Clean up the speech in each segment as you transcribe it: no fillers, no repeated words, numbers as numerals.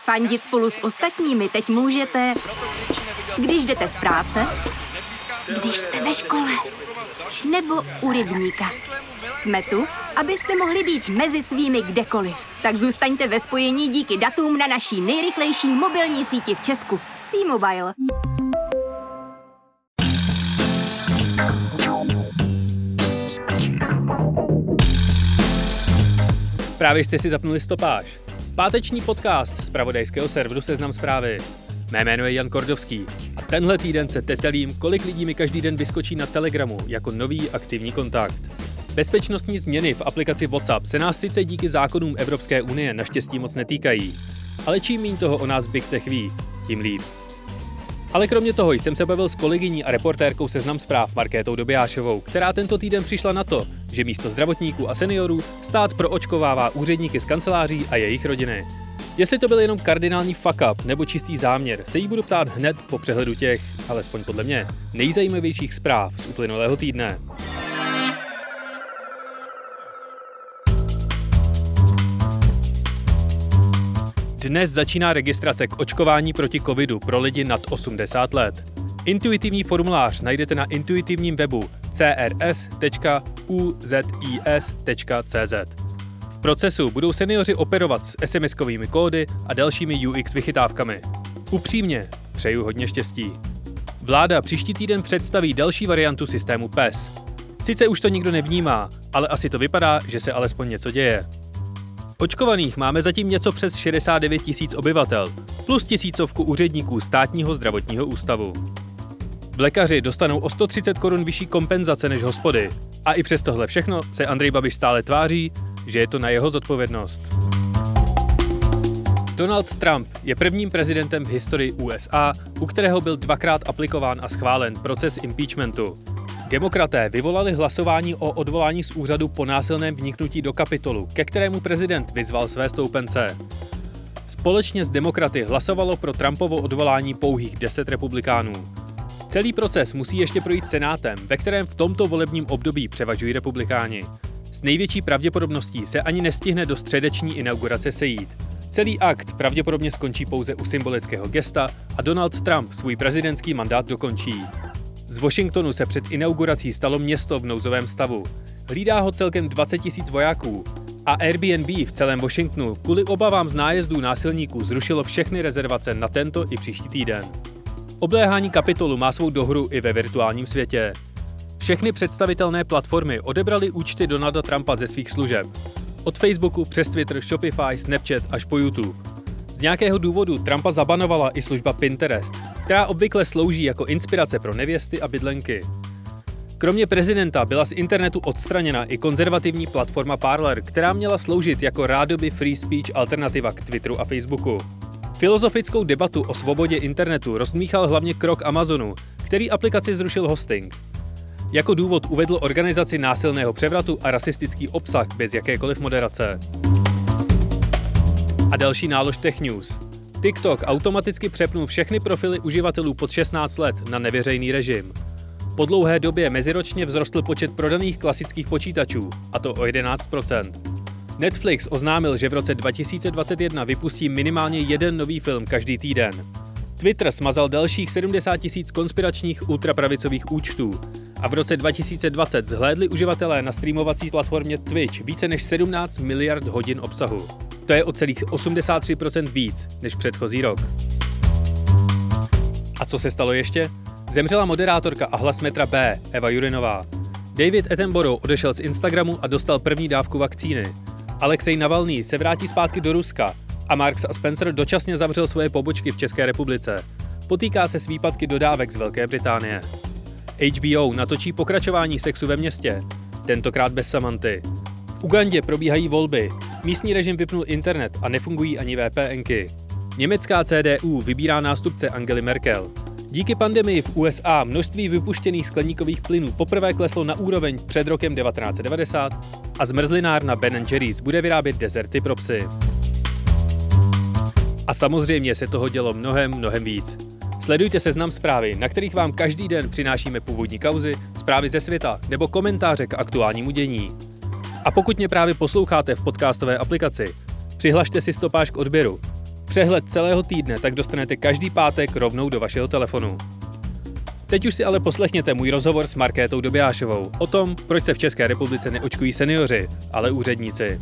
Fandit spolu s ostatními teď můžete, když jdete z práce, když jste ve škole, nebo u rybníka. Jsme tu, abyste mohli být mezi svými kdekoliv. Tak zůstaňte ve spojení díky datům na naší nejrychlejší mobilní síti v Česku. T-Mobile. Právě jste si zapnuli stopáž. Páteční podcast z zpravodajského serveru Seznam Zprávy. Mé jméno je Jan Kordovský a tenhle týden se tetelím, kolik lidí mi každý den vyskočí na Telegramu jako nový aktivní kontakt. Bezpečnostní změny v aplikaci WhatsApp se nás sice díky zákonům Evropské unie naštěstí moc netýkají, ale čím míň toho o nás Big Tech ví, tím líp. Ale kromě toho jsem se bavil s kolegyní a reportérkou Seznam Zpráv Markétou Dobijášovou, která tento týden přišla na to, že místo zdravotníků a seniorů stát proočkovává úředníky z kanceláří a jejich rodiny. Jestli to byl jenom kardinální fuck up nebo čistý záměr, se jí budu ptát hned po přehledu těch, alespoň podle mě, nejzajímavějších zpráv z uplynulého týdne. Dnes začíná registrace k očkování proti covidu pro lidi nad 80 let. Intuitivní formulář najdete na intuitivním webu crs.uzis.cz. V procesu budou seniori operovat s SMS-kovými kódy a dalšími UX vychytávkami. Upřímně, přeju hodně štěstí. Vláda příští týden představí další variantu systému PES. Sice už to nikdo nevnímá, ale asi to vypadá, že se alespoň něco děje. Očkovaných máme zatím něco přes 69 000 obyvatel, plus 1000 úředníků státního zdravotního ústavu. Lékaři dostanou o 130 korun vyšší kompenzace než hospody. A i přes tohle všechno se Andrej Babiš stále tváří, že je to na jeho zodpovědnost. Donald Trump je prvním prezidentem v historii USA, u kterého byl dvakrát aplikován a schválen proces impeachmentu. Demokraté vyvolali hlasování o odvolání z úřadu po násilném vniknutí do Kapitolu, ke kterému prezident vyzval své stoupence. Společně s demokraty hlasovalo pro Trumpovo odvolání pouhých 10 republikánů. Celý proces musí ještě projít senátem, ve kterém v tomto volebním období převažují republikáni. S největší pravděpodobností se ani nestihne do středeční inaugurace sejít. Celý akt pravděpodobně skončí pouze u symbolického gesta a Donald Trump svůj prezidentský mandát dokončí. Z Washingtonu se před inaugurací stalo město v nouzovém stavu. Hlídá ho celkem 20 000 vojáků. A Airbnb v celém Washingtonu kvůli obavám z nájezdů násilníků zrušilo všechny rezervace na tento i příští týden. Obléhání Kapitolu má svou dohru i ve virtuálním světě. Všechny představitelné platformy odebrali účty Donalda Trumpa ze svých služeb. Od Facebooku přes Twitter, Shopify, Snapchat až po YouTube. Z nějakého důvodu Trumpa zabanovala i služba Pinterest, která obvykle slouží jako inspirace pro nevěsty a bydlenky. Kromě prezidenta byla z internetu odstraněna i konzervativní platforma Parler, která měla sloužit jako rádoby free speech alternativa k Twitteru a Facebooku. Filozofickou debatu o svobodě internetu rozmíchal hlavně krok Amazonu, který aplikaci zrušil hosting. Jako důvod uvedl organizaci násilného převratu a rasistický obsah bez jakékoliv moderace. A další nálož Tech News. TikTok automaticky přepnul všechny profily uživatelů pod 16 let na neveřejný režim. Po dlouhé době meziročně vzrostl počet prodaných klasických počítačů, a to o 11%. Netflix oznámil, že v roce 2021 vypustí minimálně jeden nový film každý týden. Twitter smazal dalších 70 000 konspiračních ultrapravicových účtů a v roce 2020 zhlédli uživatelé na streamovací platformě Twitch více než 17 miliard hodin obsahu. To je o celých 83% víc než předchozí rok. A co se stalo ještě? Zemřela moderátorka a hlas metra B, Eva Jurinová. David Attenborough odešel z Instagramu a dostal první dávku vakcíny. Alexej Navalný se vrátí zpátky do Ruska a Marks a Spencer dočasně zavřel svoje pobočky v České republice. Potýká se s výpadky dodávek z Velké Británie. HBO natočí pokračování Sexu ve městě, tentokrát bez Samanty. V Ugandě probíhají volby, místní režim vypnul internet a nefungují ani VPNky. Německá CDU vybírá nástupce Angely Merkel. Díky pandemii v USA množství vypuštěných skleníkových plynů poprvé kleslo na úroveň před rokem 1990 a zmrzlinárna Ben & Jerry's bude vyrábět dezerty pro psy. A samozřejmě se toho dělo mnohem víc. Sledujte Seznam Zprávy, na kterých vám každý den přinášíme původní kauzy, zprávy ze světa nebo komentáře k aktuálnímu dění. A pokud mě právě posloucháte v podcastové aplikaci, přihlašte si stopáž k odběru. Přehled celého týdne tak dostanete každý pátek rovnou do vašeho telefonu. Teď už si ale poslechněte můj rozhovor s Markétou Dobiášovou o tom, proč se v České republice neočkují seniori, ale úředníci.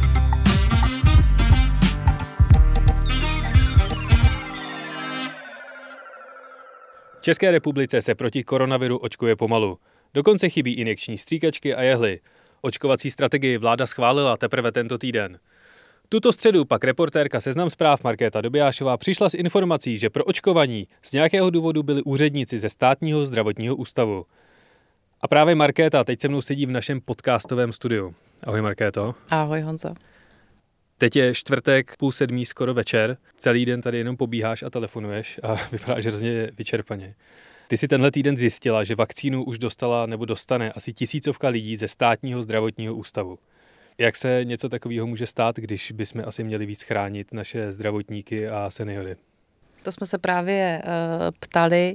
V České republice se proti koronaviru očkuje pomalu. Dokonce chybí injekční stříkačky a jehly. Očkovací strategii vláda schválila teprve tento týden. Tuto středu pak reportérka Seznam Zpráv Markéta Dobiášová přišla s informací, že pro očkovaní z nějakého důvodu byli úředníci ze Státního zdravotního ústavu. A právě Markéta teď se mnou sedí v našem podcastovém studiu. Ahoj Markéto. Ahoj Honzo. Teď je čtvrtek, 6:30 skoro večer. Celý den tady jenom pobíháš a telefonuješ a vypadáš hrozně vyčerpaně. Ty si tenhle týden zjistila, že vakcínu už dostala nebo dostane asi 1000 lidí ze Státního zdravotního ústavu. Jak se něco takového může stát, když bychom asi měli víc chránit naše zdravotníky a seniory? To jsme se právě ptali,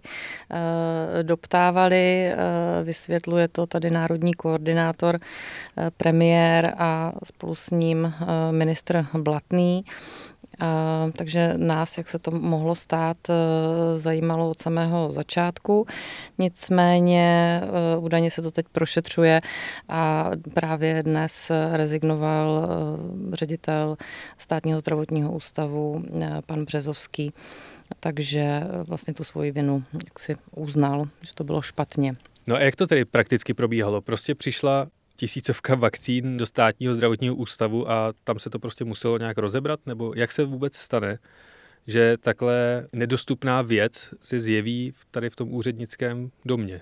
doptávali, vysvětluje to tady národní koordinátor, premiér a spolu s ním ministr Blatný. Takže nás, jak se to mohlo stát, zajímalo od samého začátku. Nicméně údajně se to teď prošetřuje a právě dnes rezignoval ředitel Státního zdravotního ústavu pan Březovský. Takže vlastně tu svoji vinu jak si uznal, že to bylo špatně. No a jak to tedy prakticky probíhalo? Prostě přišla 1000 vakcín do Státního zdravotního ústavu a tam se to prostě muselo nějak rozebrat? Nebo jak se vůbec stane, že takhle nedostupná věc se zjeví tady v tom úřednickém domě?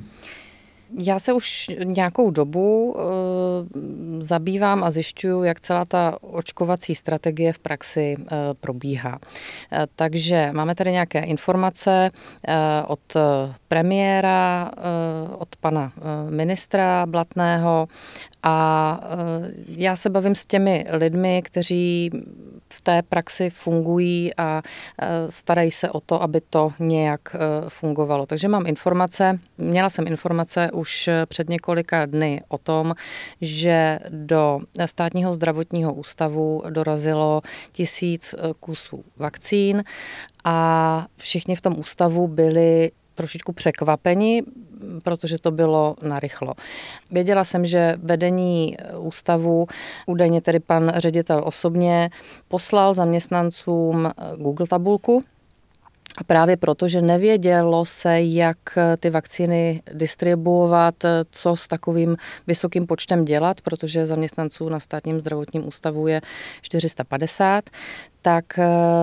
Já se už nějakou dobu zabývám a zjišťuju, jak celá ta očkovací strategie v praxi probíhá. Takže máme tady nějaké informace od premiéra, od pana ministra Blatného a já se bavím s těmi lidmi, kteří v té praxi fungují a starají se o to, aby to nějak fungovalo. Takže měla jsem informace už před několika dny o tom, že do Státního zdravotního ústavu dorazilo 1000 kusů vakcín a všichni v tom ústavu byli trošičku překvapeni, protože to bylo narychlo. Věděla jsem, že vedení ústavu, údajně tedy pan ředitel osobně, poslal zaměstnancům Google tabulku, a právě proto, že nevědělo se, jak ty vakcíny distribuovat, co s takovým vysokým počtem dělat, protože zaměstnanců na Státním zdravotním ústavu je 450, tak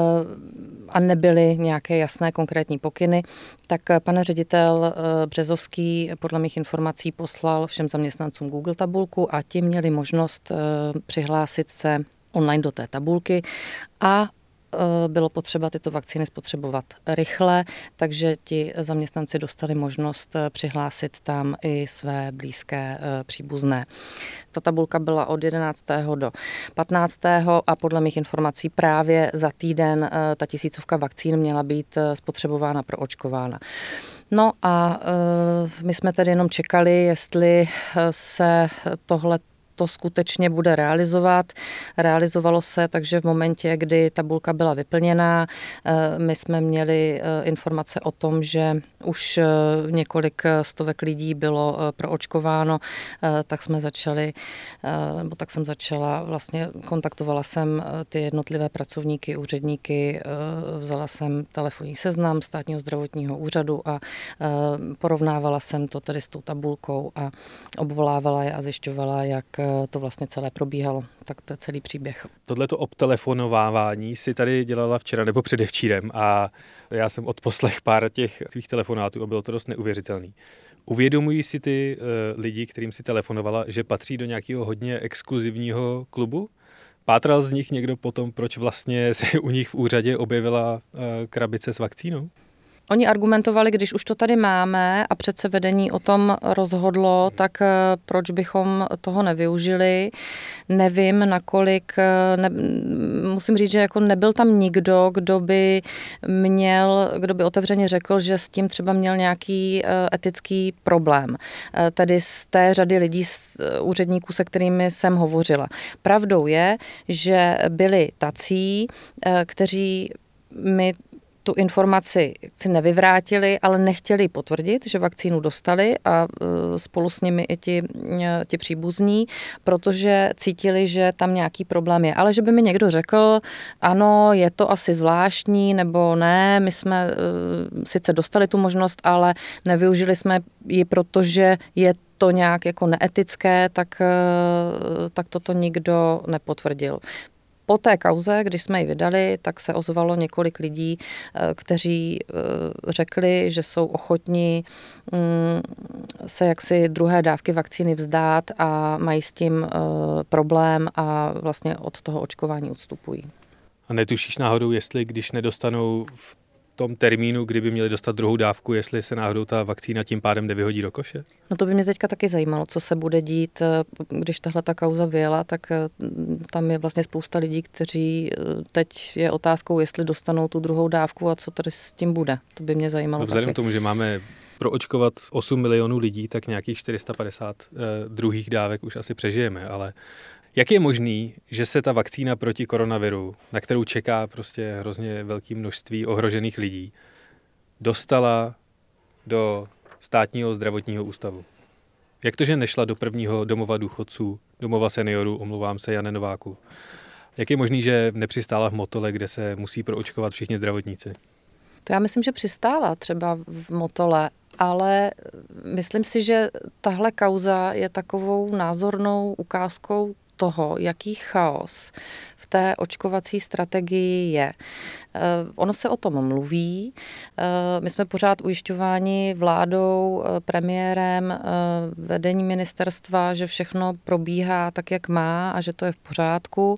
a nebyly nějaké jasné konkrétní pokyny, tak pan ředitel Březovský podle mých informací poslal všem zaměstnancům Google tabulku a ti měli možnost přihlásit se online do té tabulky a bylo potřeba tyto vakcíny spotřebovat rychle, takže ti zaměstnanci dostali možnost přihlásit tam i své blízké příbuzné. Ta tabulka byla od 11. do 15. a podle mých informací právě za týden ta 1000 vakcín měla být spotřebována, proočkována. No a my jsme tedy jenom čekali, jestli se to skutečně bude realizovat. Realizovalo se, takže v momentě, kdy tabulka byla vyplněná, my jsme měli informace o tom, že už několik stovek lidí bylo proočkováno, tak jsem začala, vlastně kontaktovala jsem ty jednotlivé pracovníky, úředníky, vzala jsem telefonní seznam Státního zdravotního úřadu a porovnávala jsem to tady s tou tabulkou a obvolávala je a zjišťovala, jak to vlastně celé probíhalo. Tak to je celý příběh. Tohleto obtelefonovávání si tady dělala včera nebo předevčírem a já jsem odposlech pár těch svých telefonátů a bylo to dost neuvěřitelný. Uvědomují si ty lidi, kterým si telefonovala, že patří do nějakého hodně exkluzivního klubu? Pátral z nich někdo potom, proč vlastně se u nich v úřadě objevila krabice s vakcínou? Oni argumentovali, když už to tady máme a přece vedení o tom rozhodlo, tak proč bychom toho nevyužili. Nevím, nakolik, musím říct, že jako nebyl tam nikdo, kdo by otevřeně řekl, že s tím třeba měl nějaký etický problém. Tedy z té řady lidí, úředníků, se kterými jsem hovořila. Pravdou je, že byli tací, kteří mi tu informaci si nevyvrátili, ale nechtěli potvrdit, že vakcínu dostali a spolu s nimi i ti příbuzní, protože cítili, že tam nějaký problém je. Ale že by mi někdo řekl, ano, je to asi zvláštní, nebo ne, my jsme sice dostali tu možnost, ale nevyužili jsme ji, protože je to nějak jako neetické, tak toto nikdo nepotvrdil. Po té kauze, když jsme ji vydali, tak se ozvalo několik lidí, kteří řekli, že jsou ochotní se jaksi druhé dávky vakcíny vzdát a mají s tím problém a vlastně od toho očkování odstupují. A netušíš náhodou, jestli když nedostanou v tom termínu, kdyby měli dostat druhou dávku, jestli se náhodou ta vakcína tím pádem nevyhodí do koše? No to by mě teďka taky zajímalo, co se bude dít, když tahle ta kauza vyjela, tak tam je vlastně spousta lidí, kteří teď je otázkou, jestli dostanou tu druhou dávku a co tady s tím bude. To by mě zajímalo taky. Vzhledem k tomu, že máme proočkovat 8 milionů lidí, tak nějakých 450 druhých dávek už asi přežijeme, ale jak je možný, že se ta vakcína proti koronaviru, na kterou čeká prostě hrozně velké množství ohrožených lidí, dostala do státního zdravotního ústavu? Jak to, že nešla do prvního domova důchodců, domova seniorů, omlouvám se, Jane Nováku? Jak je možný, že nepřistála v Motole, kde se musí proočkovat všichni zdravotníci? To já myslím, že přistála třeba v Motole, ale myslím si, že tahle kauza je takovou názornou ukázkou toho, jaký chaos v té očkovací strategii je. Ono se o tom mluví. My jsme pořád ujišťováni vládou, premiérem, vedením ministerstva, že všechno probíhá tak, jak má a že to je v pořádku.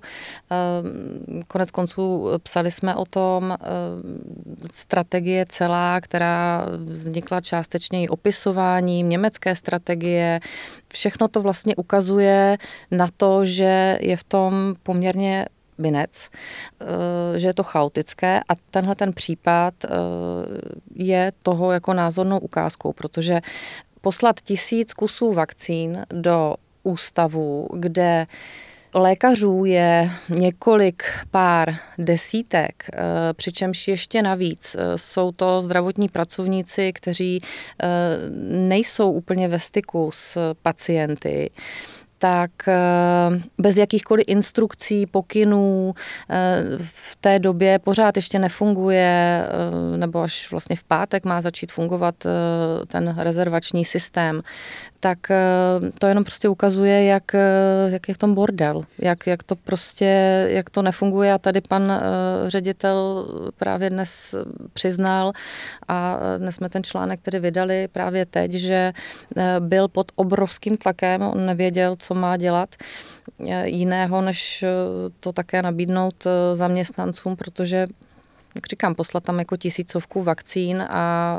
Konec konců psali jsme o tom, strategie celá, která vznikla částečně i opisováním, německé strategie. Všechno to vlastně ukazuje na to, že je v tom poměrně binec, že je to chaotické a tenhle ten případ je toho jako názornou ukázkou, protože poslat 1000 kusů vakcín do ústavu, kde lékařů je několik pár desítek, přičemž ještě navíc jsou to zdravotní pracovníci, kteří nejsou úplně ve styku s pacienty, tak bez jakýchkoliv instrukcí, pokynů v té době pořád ještě nefunguje, nebo až vlastně v pátek má začít fungovat ten rezervační systém, tak to jenom prostě ukazuje, jak je v tom bordel, jak to nefunguje a tady pan ředitel právě dnes přiznal a dnes jsme ten článek tedy vydali právě teď, že byl pod obrovským tlakem, on nevěděl, co má dělat jiného, než to také nabídnout zaměstnancům, protože, jak říkám, poslat tam jako 1000 vakcín a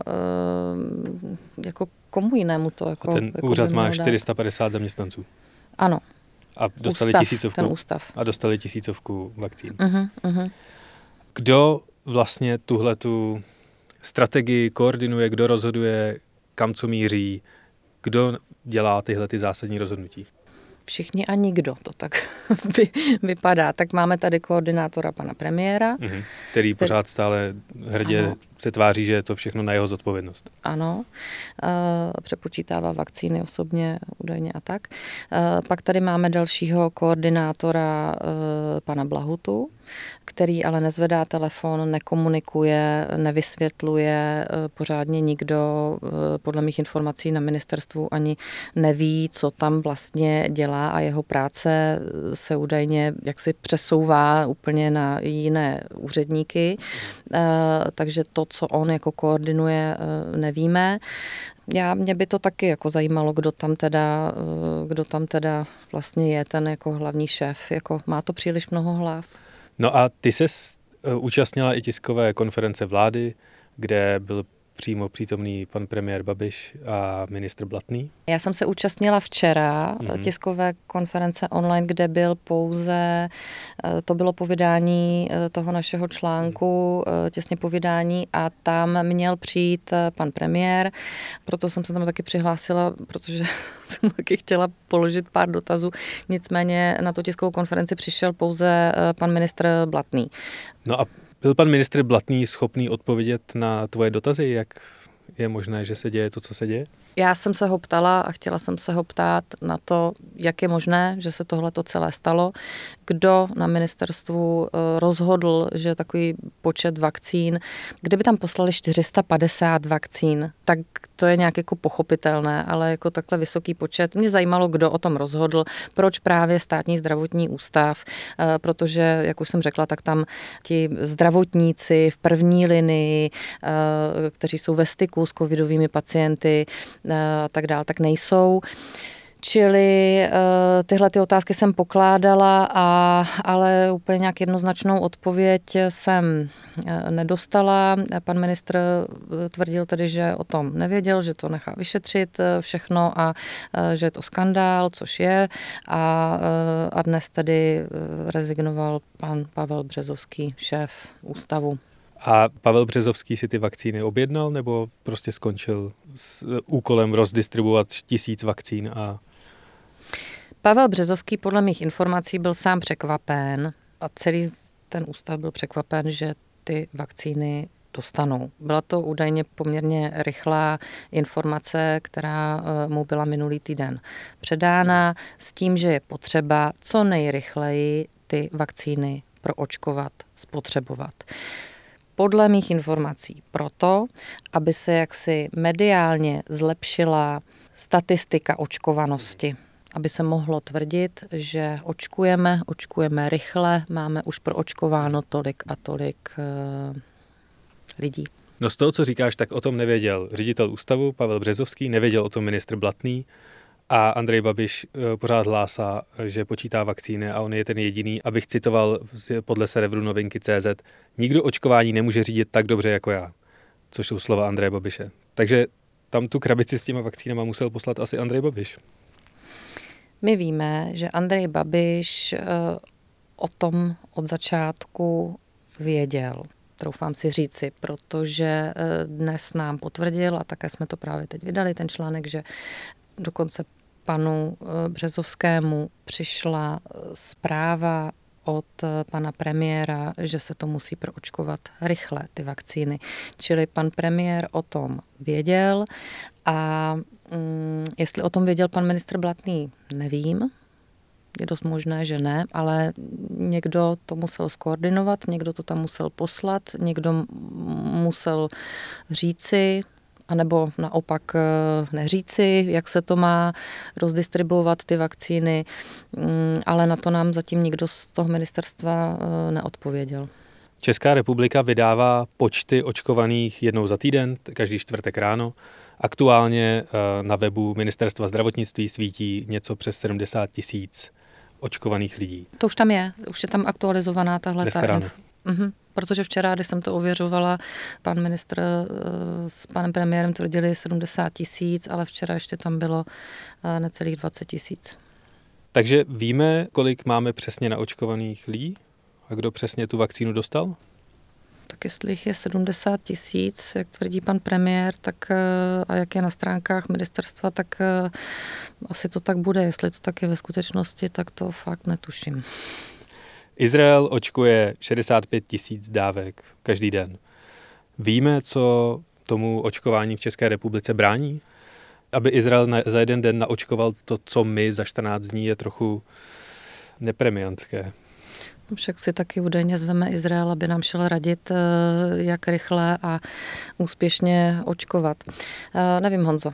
jako komu jinému to jako... A ten úřad má 450 zaměstnanců. Ano. A dostali ústav, 1000. Ten ústav. A dostali 1000 vakcín. Uh-huh. Kdo vlastně tuhletu strategii koordinuje, kdo rozhoduje, kam co míří, kdo dělá tyhle ty zásadní rozhodnutí? Všichni a nikdo, to tak vypadá. Tak máme tady koordinátora pana premiéra. Který pořád stále hrdě se tváří, že je to všechno na jeho zodpovědnost. Ano, přepočítává vakcíny osobně, údajně a tak. Pak tady máme dalšího koordinátora pana Blahutu, který ale nezvedá telefon, nekomunikuje, nevysvětluje pořádně nikdo. Podle mých informací na ministerstvu ani neví, co tam vlastně dělá a jeho práce se údajně jaksi přesouvá úplně na jiné úředníky. Takže to, co on jako koordinuje, nevíme. Mě by to taky jako zajímalo, kdo tam teda vlastně je ten jako hlavní šéf. Jako má to příliš mnoho hlav. No a ty ses účastnila i tiskové konference vlády, kde byl přímo přítomný pan premiér Babiš a ministr Blatný? Já jsem se účastnila včera tiskové konference online, kde byl pouze, to bylo po vydání toho našeho článku, těsně po vydání, a tam měl přijít pan premiér, proto jsem se tam taky přihlásila, protože jsem taky chtěla položit pár dotazů, nicméně na tu tiskovou konferenci přišel pouze pan ministr Blatný. No a byl pan ministr Blatný schopný odpovědět na tvoje dotazy, jak je možné, že se děje to, co se děje? Já jsem se ho ptala a chtěla jsem se ho ptát na to, jak je možné, že se tohleto celé stalo, kdo na ministerstvu rozhodl, že takový počet vakcín, kdyby tam poslali 450 vakcín, tak to je nějak jako pochopitelné, ale jako takhle vysoký počet. Mě zajímalo, kdo o tom rozhodl, proč právě Státní zdravotní ústav, protože, jak už jsem řekla, tak tam ti zdravotníci v první linii, kteří jsou ve styku s covidovými pacienty a tak dál, tak nejsou. Čili tyhle ty otázky jsem pokládala, ale úplně nějak jednoznačnou odpověď jsem nedostala. Pan ministr tvrdil tedy, že o tom nevěděl, že to nechá vyšetřit všechno a že je to skandál, což je. A dnes tedy rezignoval pan Pavel Březovský, šéf ústavu. A Pavel Březovský si ty vakcíny objednal, nebo prostě skončil s úkolem rozdistribuovat 1000 vakcín? Pavel Březovský podle mých informací byl sám překvapen a celý ten ústav byl překvapen, že ty vakcíny dostanou. Byla to údajně poměrně rychlá informace, která mu byla minulý týden předána s tím, že je potřeba co nejrychleji ty vakcíny proočkovat, spotřebovat. Podle mých informací proto, aby se jaksi mediálně zlepšila statistika očkovanosti, aby se mohlo tvrdit, že očkujeme rychle, máme už proočkováno tolik a tolik lidí. No z toho, co říkáš, tak o tom nevěděl ředitel ústavu Pavel Březovský, nevěděl o tom ministr Blatný a Andrej Babiš pořád hlásá, že počítá vakcíny a on je ten jediný, abych citoval podle serveru Novinky.cz, nikdo očkování nemůže řídit tak dobře jako já, což jsou slova Andreje Babiše. Takže tam tu krabici s těma vakcínama musel poslat asi Andrej Babiš. My víme, že Andrej Babiš o tom od začátku věděl. Troufám si říci, protože dnes nám potvrdil, a také jsme to právě teď vydali, ten článek, že dokonce panu Březovskému přišla zpráva od pana premiéra, že se to musí proočkovat rychle, ty vakcíny. Čili pan premiér o tom věděl a jestli o tom věděl pan ministr Blatný, nevím. Je dost možné, že ne, ale někdo to musel skoordinovat, někdo to tam musel poslat, někdo musel říci, anebo naopak neříci, jak se to má rozdistribuovat ty vakcíny, ale na to nám zatím nikdo z toho ministerstva neodpověděl. Česká republika vydává počty očkovaných jednou za týden, každý čtvrtek ráno. Aktuálně na webu Ministerstva zdravotnictví svítí něco přes 70 000 očkovaných lidí. To už tam je, už je tam aktualizovaná tahle protože včera, když jsem to ověřovala, pan ministr s panem premiérem tvrdili 70 000, ale včera ještě tam bylo necelých 20 000. Takže víme, kolik máme přesně naočkovaných lidí a kdo přesně tu vakcínu dostal? Tak jestli jich je 70 000, jak tvrdí pan premiér, tak a jak je na stránkách ministerstva, tak asi to tak bude. Jestli to tak je ve skutečnosti, tak to fakt netuším. Izrael očkuje 65 000 dávek každý den. Víme, co tomu očkování v České republice brání? Aby Izrael za jeden den naočkoval to, co my za 14 dní, je trochu nepremiantské. Však si taky údajně zveme Izrael, aby nám šel radit, jak rychle a úspěšně očkovat. Nevím, Honzo.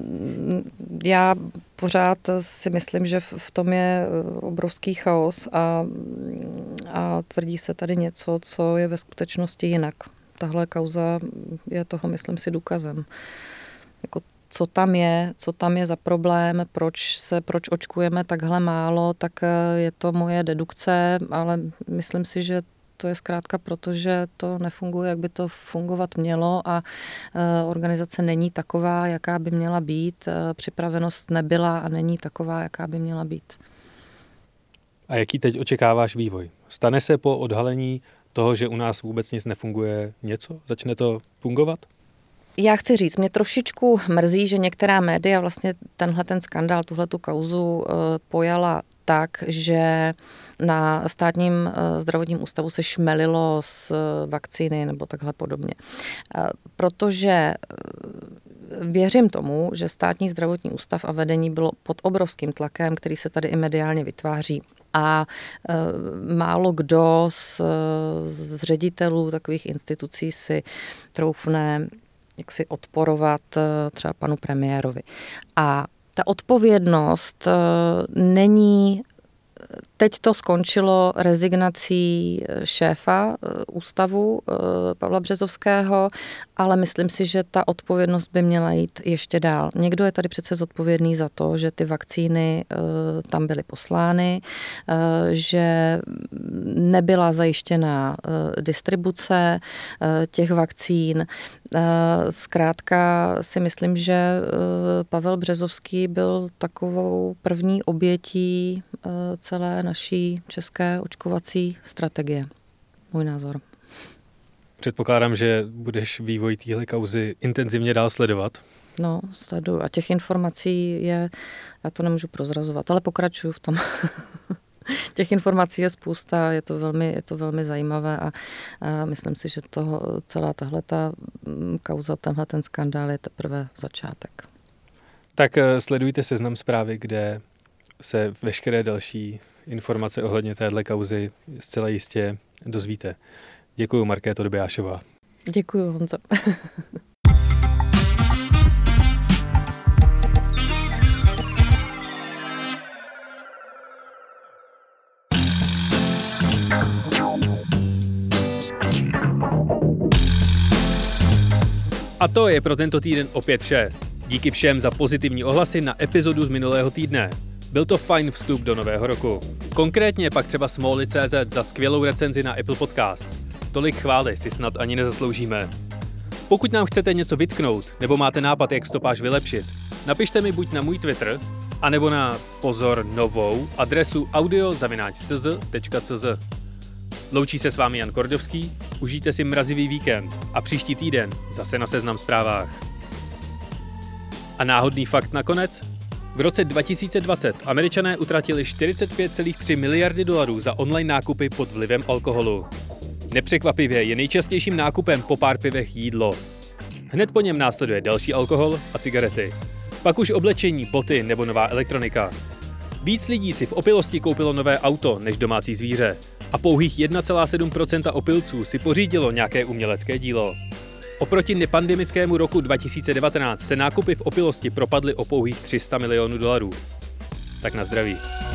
Já pořád si myslím, že v tom je obrovský chaos a tvrdí se tady něco, co je ve skutečnosti jinak. Tahle kauza je toho, myslím si, důkazem. Jako co tam je za problém, proč očkujeme takhle málo, tak je to moje dedukce, ale myslím si, že To je zkrátka proto, že to nefunguje, jak by to fungovat mělo a organizace není taková, jaká by měla být. Připravenost nebyla a není taková, jaká by měla být. A jaký teď očekáváš vývoj? Stane se po odhalení toho, že u nás vůbec nic nefunguje něco? Začne to fungovat? Já chci říct, mě trošičku mrzí, že některá média vlastně tenhle ten skandál, tuhletu kauzu pojala tak, že na státním zdravotním ústavu se šmelilo z vakcíny nebo takhle podobně. Protože věřím tomu, že státní zdravotní ústav a vedení bylo pod obrovským tlakem, který se tady i mediálně vytváří. A málo kdo z ředitelů takových institucí si troufne jak si odporovat třeba panu premiérovi. A ta odpovědnost není. Teď to skončilo rezignací šéfa ústavu Pavla Březovského, ale myslím si, že ta odpovědnost by měla jít ještě dál. Někdo je tady přece zodpovědný za to, že ty vakcíny tam byly poslány, že nebyla zajištěna distribuce těch vakcín. Zkrátka si myslím, že Pavel Březovský byl takovou první obětí celé naší české očkovací strategie. Můj názor. Předpokládám, že budeš vývoj téhle kauzy intenzivně dál sledovat. No, sleduju. A těch informací je, já to nemůžu prozrazovat, ale pokračuju v tom. Těch informací je spousta, je to velmi zajímavé a myslím si, že celá tahleta kauza, tenhle ten skandál je teprve začátek. Tak sledujte Seznam Zprávy, kde se veškeré další informace ohledně téhle kauzy zcela jistě dozvíte. Děkuji, Markéto Dobijášová. Děkuji, Honzo. A to je pro tento týden opět vše. Díky všem za pozitivní ohlasy na epizodu z minulého týdne. Byl to fajn vstup do nového roku. Konkrétně pak třeba Smolly.cz za skvělou recenzi na Apple Podcasts. Tolik chvály si snad ani nezasloužíme. Pokud nám chcete něco vytknout, nebo máte nápad, jak stopáž vylepšit, napište mi buď na můj Twitter, anebo na pozor novou adresu audio@cz.cz. Loučí se s vámi Jan Kordovský, užijte si mrazivý víkend a příští týden zase na Seznam Zprávách. A náhodný fakt nakonec? V roce 2020 Američané utratili 45,3 miliardy dolarů za online nákupy pod vlivem alkoholu. Nepřekvapivě je nejčastějším nákupem po pár pivech jídlo. Hned po něm následuje další alkohol a cigarety. Pak už oblečení, boty nebo nová elektronika. Víc lidí si v opilosti koupilo nové auto než domácí zvíře a pouhých 1,7% opilců si pořídilo nějaké umělecké dílo. Oproti nepandemickému roku 2019 se nákupy v opilosti propadly o pouhých $300 milionů. Tak na zdraví.